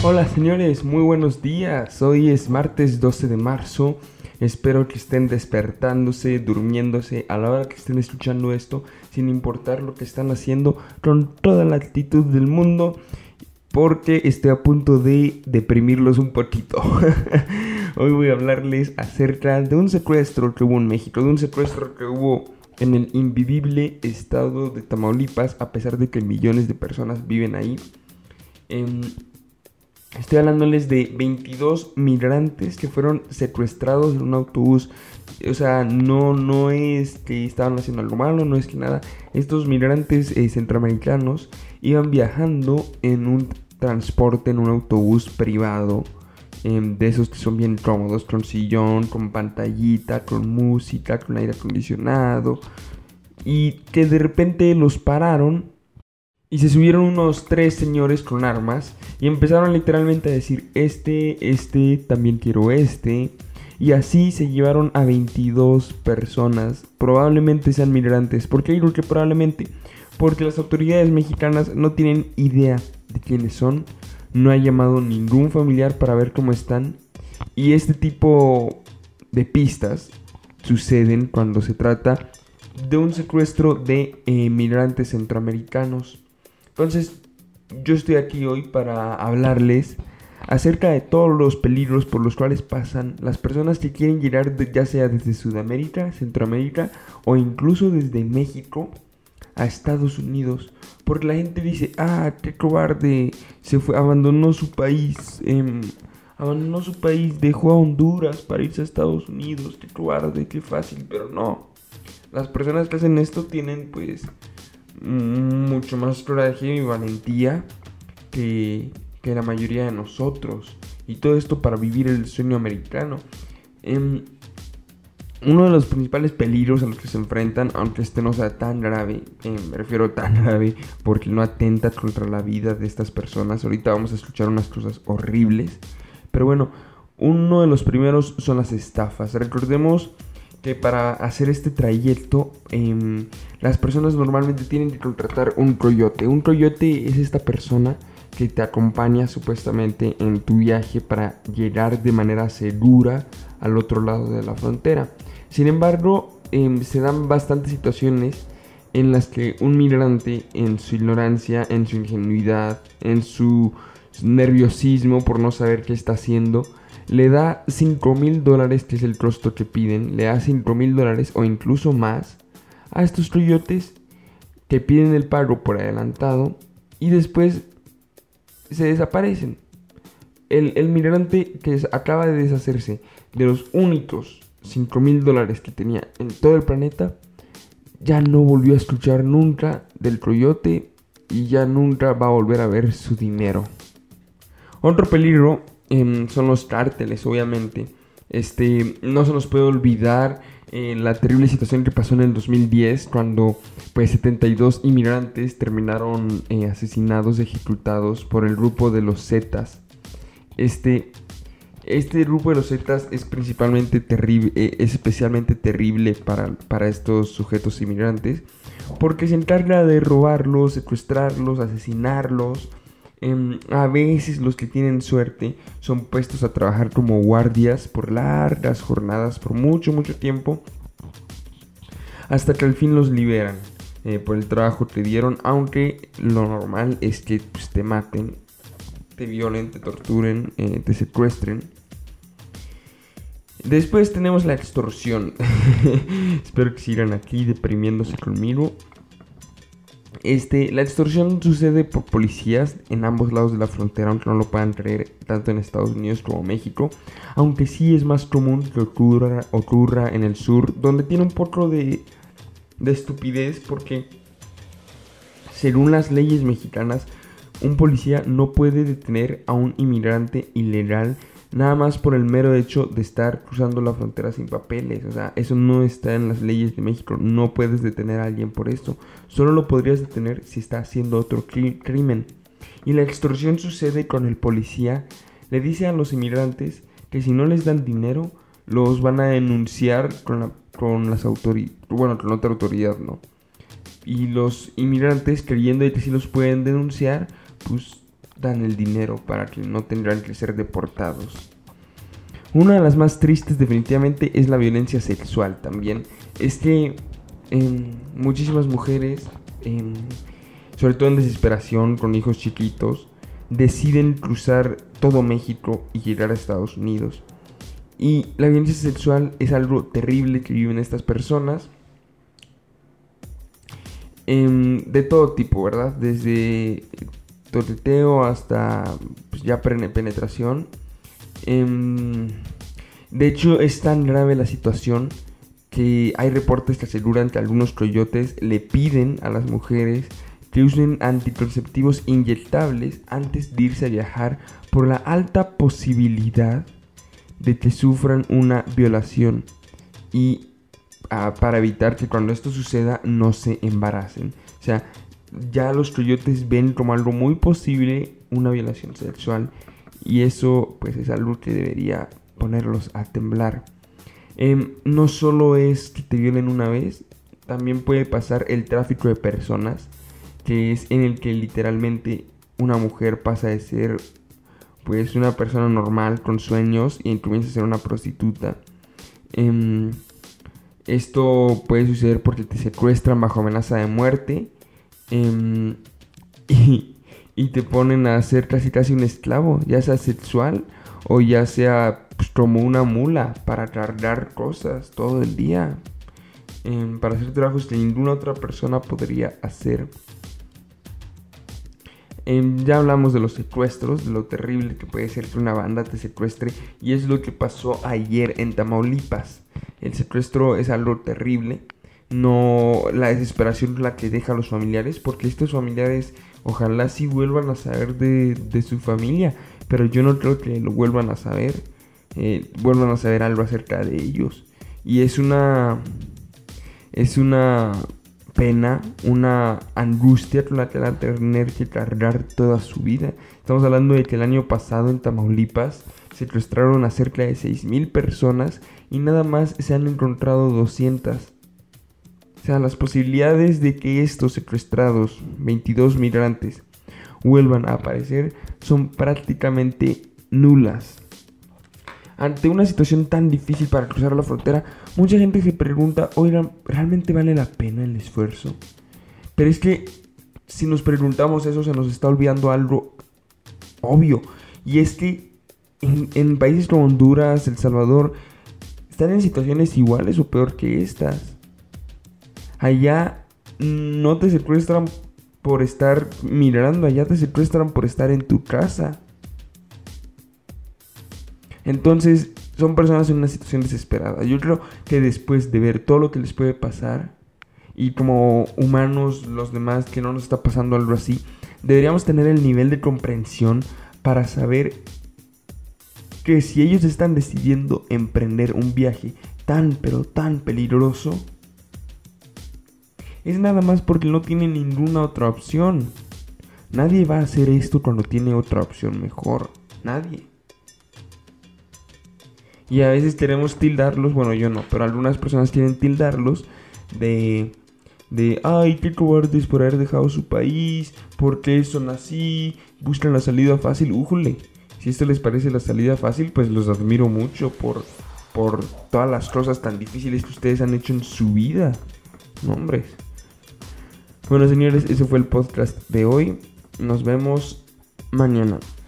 Hola señores, muy buenos días. Hoy es martes 12 de marzo. Espero que estén despertándose, durmiéndose a la hora que estén escuchando esto, sin importar lo que están haciendo, con toda la actitud del mundo, porque estoy a punto de deprimirlos un poquito. Hoy voy a hablarles acerca de un secuestro que hubo en México, de un secuestro que hubo en el invivible estado de Tamaulipas, a pesar de que millones de personas viven ahí. Estoy hablándoles de 22 migrantes que fueron secuestrados en un autobús. O sea, no es que estaban haciendo algo malo, no es que nada. Estos migrantes centroamericanos iban viajando en un transporte, en un autobús privado. De esos que son bien cómodos, con sillón, con pantallita, con música, con aire acondicionado. Y que de repente los pararon. Y se subieron unos 3 señores con armas y empezaron literalmente a decir, también quiero este. Y así se llevaron a 22 personas, probablemente sean migrantes. ¿Por qué digo que probablemente? Porque las autoridades mexicanas no tienen idea de quiénes son, no ha llamado ningún familiar para ver cómo están. Y este tipo de pistas suceden cuando se trata de un secuestro de migrantes centroamericanos. Entonces, yo estoy aquí hoy para hablarles acerca de todos los peligros por los cuales pasan las personas que quieren llegar ya sea desde Sudamérica, Centroamérica o incluso desde México a Estados Unidos. Porque la gente dice, qué cobarde, abandonó su país, dejó a Honduras para irse a Estados Unidos, qué cobarde, qué fácil, pero no. Las personas que hacen esto tienen pues mucho más coraje y valentía que la mayoría de nosotros, y todo esto para vivir el sueño americano. Uno de los principales peligros a los que se enfrentan, aunque este no sea tan grave, me refiero tan grave porque no atenta contra la vida de estas personas. Ahorita vamos a escuchar unas cosas horribles, pero bueno, uno de los primeros son las estafas. Recordemos que para hacer este trayecto, las personas normalmente tienen que contratar un coyote. Un coyote es esta persona que te acompaña supuestamente en tu viaje para llegar de manera segura al otro lado de la frontera. Sin embargo, se dan bastantes situaciones en las que un migrante, en su ignorancia, en su ingenuidad, en su nerviosismo por no saber qué está haciendo, le da $5,000, que es el costo que piden, le da $5,000 o incluso más a estos coyotes, que piden el pago por adelantado y después se desaparecen. El migrante que acaba de deshacerse de los únicos $5,000 que tenía en todo el planeta, ya no volvió a escuchar nunca del coyote y ya nunca va a volver a ver su dinero. Otro peligro son los cárteles, obviamente. No se nos puede olvidar la terrible situación que pasó en el 2010, cuando pues 72 inmigrantes terminaron asesinados, ejecutados por el grupo de los Zetas. Este grupo de los Zetas es principalmente terrible, es especialmente terrible para estos sujetos inmigrantes, porque se encarga de robarlos, secuestrarlos, asesinarlos. A veces los que tienen suerte son puestos a trabajar como guardias por largas jornadas, por mucho tiempo, hasta que al fin los liberan por el trabajo que dieron, aunque lo normal es que pues, te maten, te violen, te torturen, te secuestren. Después tenemos la extorsión. Espero que sigan aquí deprimiéndose conmigo. La extorsión sucede por policías en ambos lados de la frontera, aunque no lo puedan creer, tanto en Estados Unidos como México. Aunque sí es más común que ocurra en el sur, donde tiene un poco de estupidez, porque según las leyes mexicanas, un policía no puede detener a un inmigrante ilegal nada más por el mero hecho de estar cruzando la frontera sin papeles. O sea, eso no está en las leyes de México. No puedes detener a alguien por esto. Solo lo podrías detener si está haciendo otro crimen. Y la extorsión sucede con el policía. Le dice a los inmigrantes que si no les dan dinero, los van a denunciar con las autoridades. Bueno, con otra autoridad, ¿no? Y los inmigrantes, creyendo de que si los pueden denunciar, pues dan el dinero para que no tendrán que ser deportados. Una de las más tristes definitivamente es la violencia sexual también. Es que muchísimas mujeres, sobre todo en desesperación con hijos chiquitos, deciden cruzar todo México y llegar a Estados Unidos. Y la violencia sexual es algo terrible que viven estas personas. De todo tipo, ¿verdad? Desde toqueteo hasta pues, ya penetración. De hecho, es tan grave la situación que hay reportes que aseguran que algunos coyotes le piden a las mujeres que usen anticonceptivos inyectables antes de irse a viajar por la alta posibilidad de que sufran una violación y para evitar que cuando esto suceda no se embaracen. O sea, ya los coyotes ven como algo muy posible una violación sexual y eso pues es algo que debería ponerlos a temblar. No solo es que te violen una vez, también puede pasar el tráfico de personas, que es en el que literalmente una mujer pasa de ser pues una persona normal con sueños y comienza a ser una prostituta. Esto puede suceder porque te secuestran bajo amenaza de muerte y te ponen a ser casi un esclavo, ya sea sexual o ya sea pues, como una mula para cargar cosas todo el día, para hacer trabajos que ninguna otra persona podría hacer. Ya hablamos de los secuestros, de lo terrible que puede ser que una banda te secuestre, y es lo que pasó ayer en Tamaulipas. El secuestro es algo terrible, no la desesperación la que deja a los familiares, porque estos familiares ojalá sí vuelvan a saber de su familia, pero yo no creo que lo vuelvan a saber algo acerca de ellos. Y es una pena, una angustia con la que van a tener que cargar toda su vida. Estamos hablando de que el año pasado en Tamaulipas secuestraron a cerca de 6,000 personas y nada más se han encontrado 200. O sea, las posibilidades de que estos secuestrados, 22 migrantes, vuelvan a aparecer son prácticamente nulas. Ante una situación tan difícil para cruzar la frontera, mucha gente se pregunta, oigan, ¿realmente vale la pena el esfuerzo? Pero es que si nos preguntamos eso, se nos está olvidando algo obvio. Y es que en países como Honduras, El Salvador, están en situaciones iguales o peor que estas. Allá no te secuestran por estar migrando, allá te secuestran por estar en tu casa. Entonces son personas en una situación desesperada. Yo creo que después de ver todo lo que les puede pasar, y como humanos los demás que no nos está pasando algo así, deberíamos tener el nivel de comprensión para saber que si ellos están decidiendo emprender un viaje tan pero tan peligroso, es nada más porque no tienen ninguna otra opción. Nadie va a hacer esto cuando tiene otra opción mejor. Nadie. Y a veces queremos tildarlos, bueno yo no, pero algunas personas quieren tildarlos de ay, qué cobardes por haber dejado su país, porque son así, buscan la salida fácil. Újule, si esto les parece la salida fácil, pues los admiro mucho por todas las cosas tan difíciles que ustedes han hecho en su vida. No, hombres. Bueno, señores, ese fue el podcast de hoy. Nos vemos mañana.